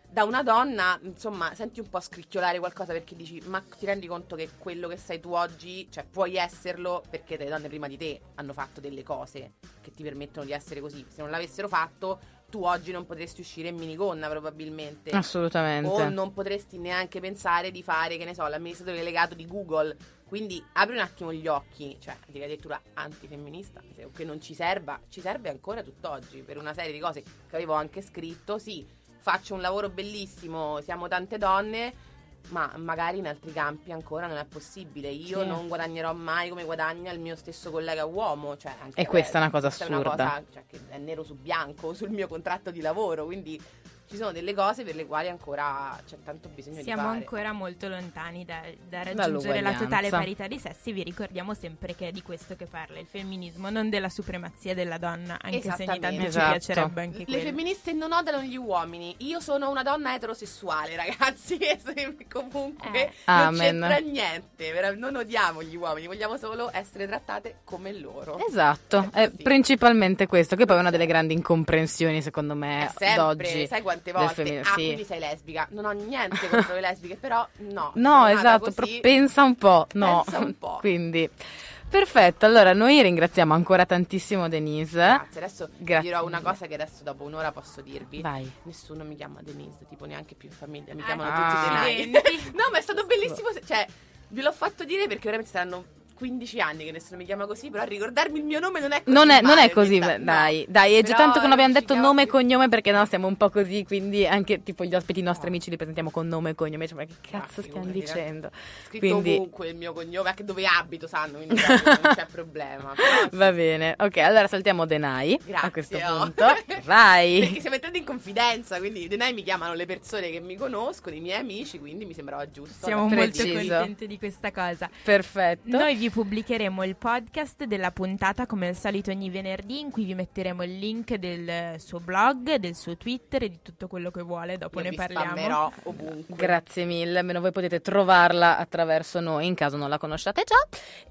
da una donna, insomma, senti un po' scricchiolare qualcosa perché dici, ma ti rendi conto che quello che sei tu oggi, cioè puoi esserlo perché le donne prima di te hanno fatto delle cose che ti permettono di essere così. Se non l'avessero fatto, tu oggi non potresti uscire in minigonna probabilmente. Assolutamente. O non potresti neanche pensare di fare, che ne so, l'amministratore delegato di Google. Quindi apri un attimo gli occhi, cioè addirittura antifemminista, che non ci serva, ci serve ancora tutt'oggi per una serie di cose che avevo anche scritto, sì. Faccio un lavoro bellissimo, siamo tante donne, ma magari in altri campi ancora non è possibile. Io sì. non guadagnerò mai come guadagna il mio stesso collega uomo. Cioè, anche e questa è una cosa questa assurda. È una cosa, cioè, che è nero su bianco sul mio contratto di lavoro, quindi ci sono delle cose per le quali ancora c'è tanto bisogno Siamo di fare. ancora molto lontani da, da raggiungere la totale parità di sessi. Vi ricordiamo sempre che è di questo che parla il femminismo, non della supremazia della donna, anche se ogni tanto esatto. ci piacerebbe anche Le quello. femministe non odiano gli uomini. Io sono una donna eterosessuale, ragazzi, e comunque Eh. non Amen. c'entra niente. vera- Non odiamo gli uomini, vogliamo solo essere trattate come loro. Esatto, È è così. principalmente questo, che poi è una delle grandi incomprensioni secondo me È sempre, d'oggi. sai quante del volte? femmin- Ah, sì. quindi sei lesbica. Non ho niente contro le lesbiche, però no. No, sono nata esatto, così. però pensa un po', no. Pensa un po'. Quindi perfetto, allora noi ringraziamo ancora tantissimo Denise. Grazie, adesso vi Grazie dirò una mille. cosa che adesso dopo un'ora posso dirvi. Vai. Nessuno mi chiama Denise, tipo neanche più in famiglia, mi Ah, chiamano ah. tutti Denai. accidenti. No, ma è stato bellissimo, se- cioè ve l'ho fatto dire perché veramente saranno quindici anni che nessuno mi chiama così, però ricordarmi il mio nome non è così Non è, non male è così, ogni tanto, dai, no. dai, è già Però tanto che non abbiamo ci detto chiama nome e più- cognome perché no, siamo un po' così, quindi anche tipo gli ospiti nostri No. amici li presentiamo con nome e cognome, cioè, ma che Ah, cazzo stiamo figurati, dicendo? Scritto Quindi ovunque il mio cognome, anche dove abito sanno, quindi proprio non c'è problema. Però sì, va bene, ok, allora saltiamo Denai Grazie, a questo oh. punto, vai! Perché siamo entrati in confidenza, quindi Denai mi chiamano le persone che mi conoscono, i miei amici, quindi mi sembrava giusto. Siamo Preciso. molto contenti di questa cosa. Perfetto. Noi vi pubblicheremo il podcast della puntata come al solito ogni venerdì, in cui vi metteremo il link del suo blog, del suo Twitter e di tutto quello che vuole, dopo Io ne vi parliamo. spammerò ovunque. Grazie mille, almeno voi potete trovarla attraverso noi in caso non la conosciate già,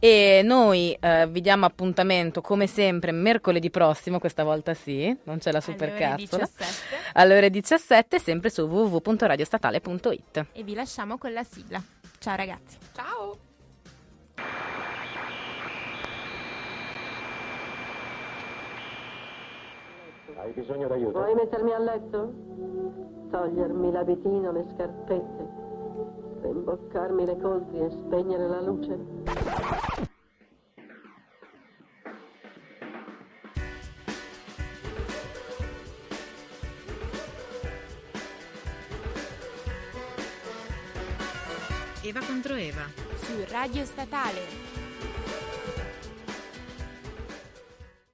e noi eh, vi diamo appuntamento come sempre mercoledì prossimo, questa volta sì, non c'è la Alle ore supercazzola, diciassette. alle ore diciassette, sempre su w w w punto radiostatale punto i t. E vi lasciamo con la sigla. Ciao ragazzi. Ciao. Hai bisogno d'aiuto? Vuoi mettermi a letto? Togliermi l'abitino, le scarpette, rimboccarmi le coltri e spegnere la luce? Eva contro Eva. Su Radio Statale.